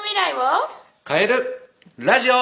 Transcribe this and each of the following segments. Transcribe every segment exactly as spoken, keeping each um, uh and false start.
未来を変えるラジオ。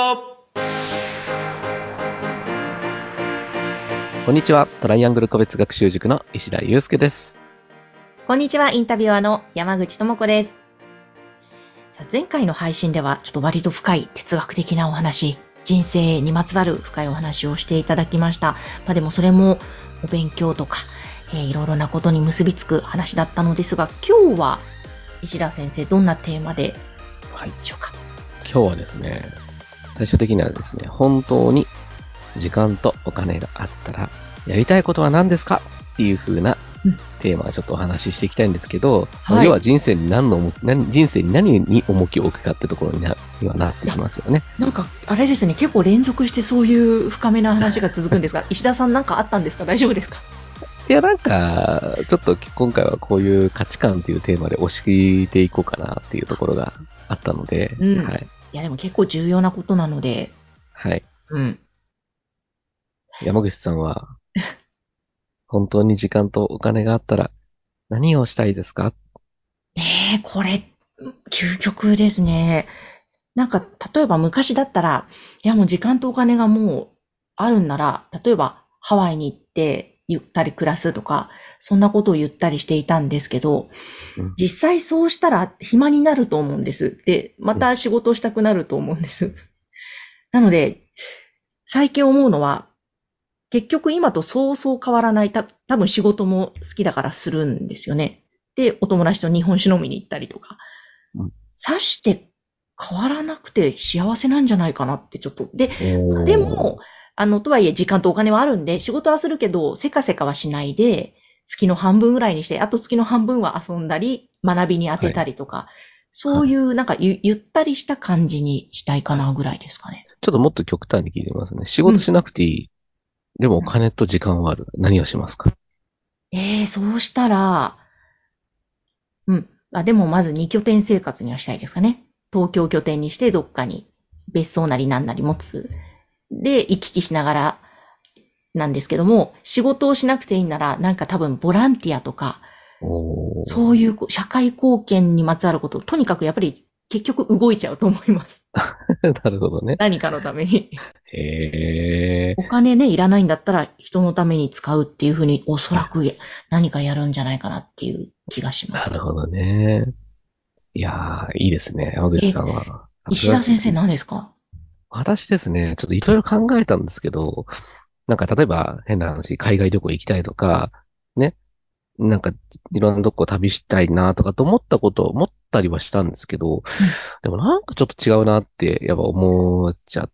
こんにちは、トライアングル個別学習塾の石田祐介です。 こんにちは、インタビュアーの山口智子です。さあ、前回の配信ではちょっと割と深い哲学的なお話、人生にまつわる深いお話をしていただきました。まあでもそれもお勉強とか、えー、いろいろなことに結びつく話だったのですが、今日は石田先生どんなテーマではい、 しょうか。 今日はですね、最終的にはですね、本当に時間とお金があったらやりたいことは何ですかっていう風なテーマをちょっとお話ししていきたいんですけど、はい、まあ、要は人生に何の何人生に何に重きを置くかってところに な, にはなってきますよね。 なんかあれですね、結構連続してそういう深めな話が続くんですが石田さん何かあったんですか？大丈夫ですか？ いや、なんか、ちょっと今回はこういう価値観っていうテーマで押していこうかなっていうところがあったので、 うん、 はい。 いや、でも結構重要なことなので、 はい。 うん。 山口さんは、本当に時間とお金があったら何をしたいですか？ ねえ、これ、究極ですね。なんか、例えば昔だったら、いやもう時間とお金がもうあるんなら、例えばハワイに行ってゆったり暮らすとか、そんなことを言ったりしていたんですけど、 うん、 実際そうしたら暇になると思うんです。で、また仕事をしたくなると思うんです。なので、最近思うのは、結局今とそうそう変わらない、た多分仕事も好きだからするんですよね。で、お友達と日本酒飲みに行ったりとか。 うん、 さして変わらなくて幸せなんじゃないかなってちょっと。で、でおー。 も、あの、とはいえ時間とお金はあるんで、仕事はするけど、せかせかはしないで、月の半分ぐらいにして、あと月の半分は遊んだり、学びに当てたりとか、はい、そういうなんかゆゆったりした感じにしたいかなぐらいですかね。 ちょっともっと極端に聞いてみますね。仕事しなくていい。うん、でもお金と時間はある。何をしますか？ ええー、そうしたら、うん。あ、でもまずに拠点生活にはしたいですかね。東京拠点にしてどっかに別荘なりなんなり持つ。で、行き来しながらなんですけども、仕事をしなくていいなら、なんか多分ボランティアとか、そういう社会貢献にまつわること、とにかくやっぱり結局動いちゃうと思います。 なるほどね。 何かのために。 へー。 お金ね、いらないんだったら人のために使うっていうふうに、おそらく何かやるんじゃないかなっていう気がします。 なるほどね。いやー、いいですね。山口え、 さんは。さすが。 石田先生何ですか？ 私ですね、ちょっといろいろ考えたんですけど、なんか例えば変な話、海外旅行行きたいとか、ね、なんかいろんなとこ旅したいなとかと思ったことを思ったりはしたんですけど、 うん、 でもなんかちょっと違うなってやっぱ思っちゃって、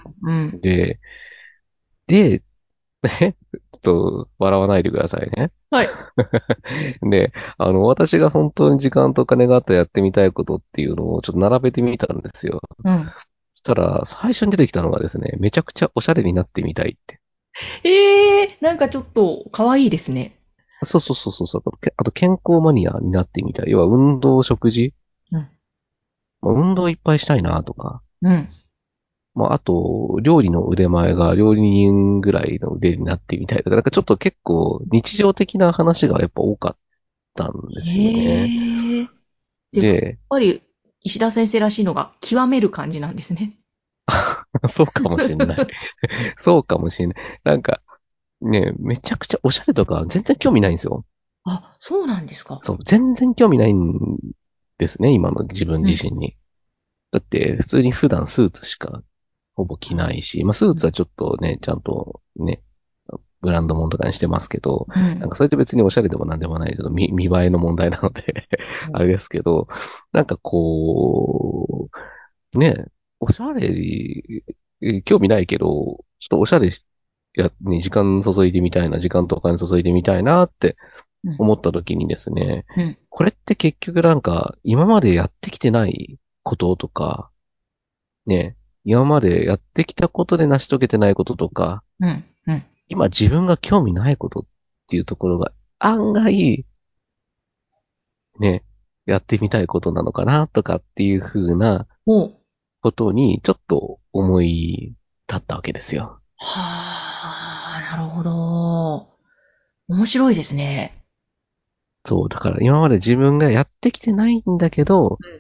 うん。 で、で、ね、ちょっと笑わないでくださいね。 はい。 で、あの、私が本当に時間とお金があったらやってみたいことっていうのをちょっと並べてみたんですよ。 うん。 そしたら、最初に出てきたのがですね、めちゃくちゃおしゃれになってみたいって。 ええー、なんかちょっと可愛いですね。 そうそうそうそう。あと、健康マニアになってみたい。要は、運動、食事。 うん。 まあ、運動いっぱいしたいなとか。 うん。 まあ、あと、料理の腕前が料理人ぐらいの腕になってみたいとか。なんかちょっと結構日常的な話がやっぱ多かったんですよね。 へえ。で、やっで、 ぱり石田先生らしいのが極める感じなんですね。 そうかもしんない。そうかもしんない。なんか、ね、めちゃくちゃおしゃれとか全然興味ないんですよ。 あ、そうなんですか。 そう、全然興味ないんですね、今の自分うん。 自身に。だって、普通に普段スーツしかほぼ着ないし、まあスーツはちょっとね、ちゃんとね、ブランド物とかにしてますけど、 うん。 なんかそれって別におしゃれでもなんでもないけど、見、見栄えの問題なのであれですけど、なんかこう、ね、おしゃれに、え興味ないけど、ちょっとおしゃれし、や、ね、時間注いでみたいな、時間とお金注いでみたいなってうん。 思った時にですね、 うん。 これって結局なんか、今までやってきてないこととか、ね、今までやってきたことで成し遂げてないこととか、 うん。うん。 今自分が興味ないことっていうところが案外、ね、やってみたいことなのかなとかっていう風なおう。 ことにちょっと思い立ったわけですよ。 はあ、なるほど。面白いですね。 そう、だから今まで自分がやってきてないんだけど、 うん。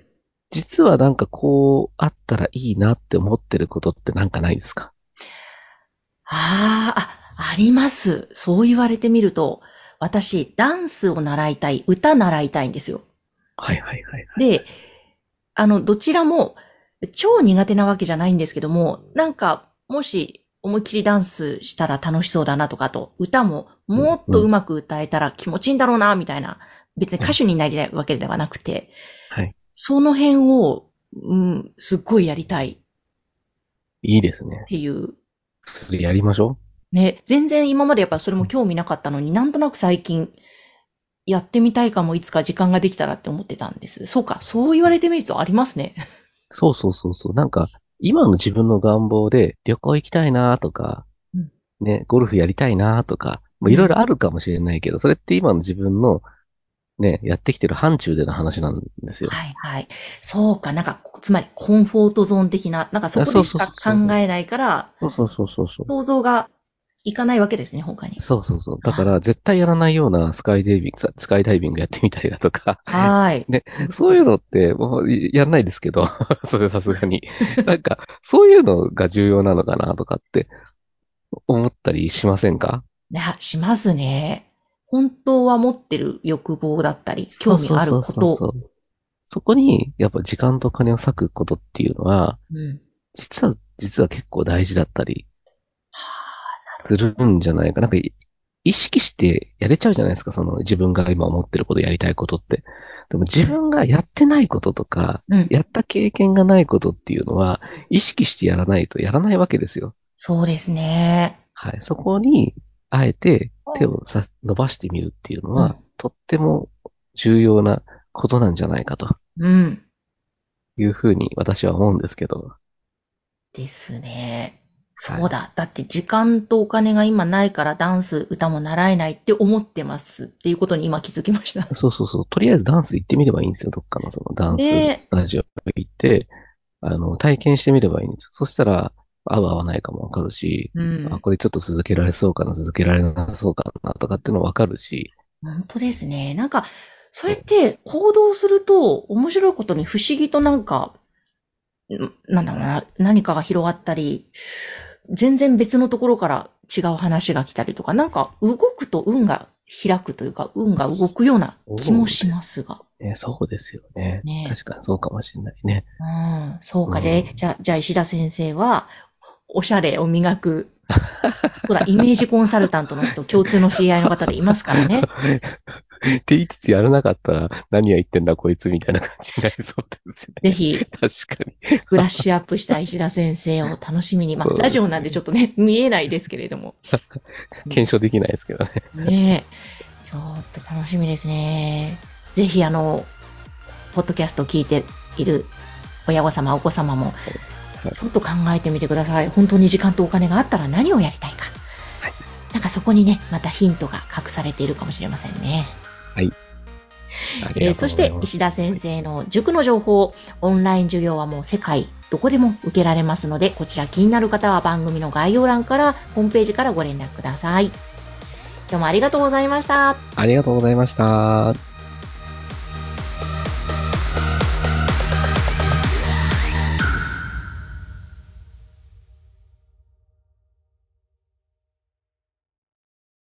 実はなんかこうあったらいいなって思ってることってなんかないですか？ ああ、あ、あります。そう言われてみると、私、ダンスを習いたい、歌習いたいんですよ。 はいはいはいはい。 で、あの、どちらも、超苦手なわけじゃないんですけども、なんか、もし、思いっきりダンスしたら楽しそうだなとかと、歌ももっうんうん。 とうまく歌えたら気持ちいいんだろうな、みたいな、別に歌手になりたいわけではなくて、 はい。 その辺を、うん、すっごいやりたいっいいですね。 ていう。 それやりましょね、全然今までやっぱそれも興味なかったのになんとなく最近やってみたいかもいつか時間ができたらって思ってたんです。そうか、そう言われてみるとありますね。 う。そうそうそうそう。なんか、今の自分の願望で旅行行きたいなとか、 うん。 ね、ゴルフやりたいなとか、もういろいうん。 ろあるかもしれないけど、それって今の自分のね、やってきてる範疇での話なんですよ。 はいはい。そうか、なんか、つまりコンフォートゾーン的な、なんかそあこでしそうそうか考そうそう。 えないから、 そうそうそうそうそう。 想像がいかないわけですね、他に。 そうそうそう。だかあ、 ら、絶対やらないようなスカイダイビング、スカイダイビングやってみたりだとか、 はい。 ね、 そういうこそういうとです。 のって、もうやんないですけど、それさすがに。なんか、そういうのが重要なのかなとかって思ったりしませんか？ いや、しますね。本当は持ってる欲望だったり、興味あるそうそうそうこと。 そうそう。そこに、やっぱ時間と金を割くことっていうのは、 うん。 実は、実は結構大事だったりはあ、なるするほど。 んじゃないか。なんか、意識してやれちゃうじゃないですか。その自分が今思ってること、やりたいことって。でも自分がやってないこととか、 うん。 やった経験がないことっていうのは、意識してやらないとやらないわけですよ。 そうですね。 はい。そこに、あえて手をさ伸ばしてみるっていうのは、 うん。 とっても重要なことなんじゃないかとうん。 いうふうに私は思うんですけど。 ですね。 はい。 そうだ。だって時間とお金が今ないからダンス、歌も習えないって思ってますっていうことに今気づきました。 そうそうそう。とりあえずダンス行ってみればいいんですよ。どっかのそのダンスねスタジオ行って、あの、体験してみればいいんですよ。そしたら、合う合わないかもわかるし、 え。うあ、 ん。 これちょっと続けられそうかな、続けられなさそうかな、とかっていうのわかるし、 本当ですね。なんか、そうやっそうて行動すると面白いことに不思議となんか、んなんだろうな、何かが広がったり、全然別のところから違う話が来たりとか、なんか動くと運が開くというか、運が動くような気もしそうでますが。 すね。そうですよね。 ね。 確かにそうかもしれないね。 うん、そううか。じゃあ、じん。 ゃあ、じゃあ石田先生は、おしゃれを磨く、そうだ、イメージコンサルタントの人、共通の知り合いの方でいますからね。 って言いつつやらなかったら、何が言ってんだこいつみたいな感じになりそうですよね。 ぜひ、 確かに。 ブラッシュアップした石田先生を楽しみに、まあ、 そうラジオなんでちょですね。 っとね、見えないですけれども。うん、 検証できないですけどね。 ねえ、ちょっと楽しみですね。ぜひ、あの、ポッドキャストを聞いている親御様、お子様も、 はい。 ちょっと考えてみてください。本当に時間とお金があったら何をやりたいか。 はい。 なんかそこにね、またヒントが隠されているかもしれませんね。 はい。ありえーがとそしてうございます。 石田先はい。 生の塾の情報、オンライン授業はもう世界どこでも受けられますので、こちら気になる方は番組の概要欄からホームページからご連絡ください。今日もありがとうございました。 ありがとうございました。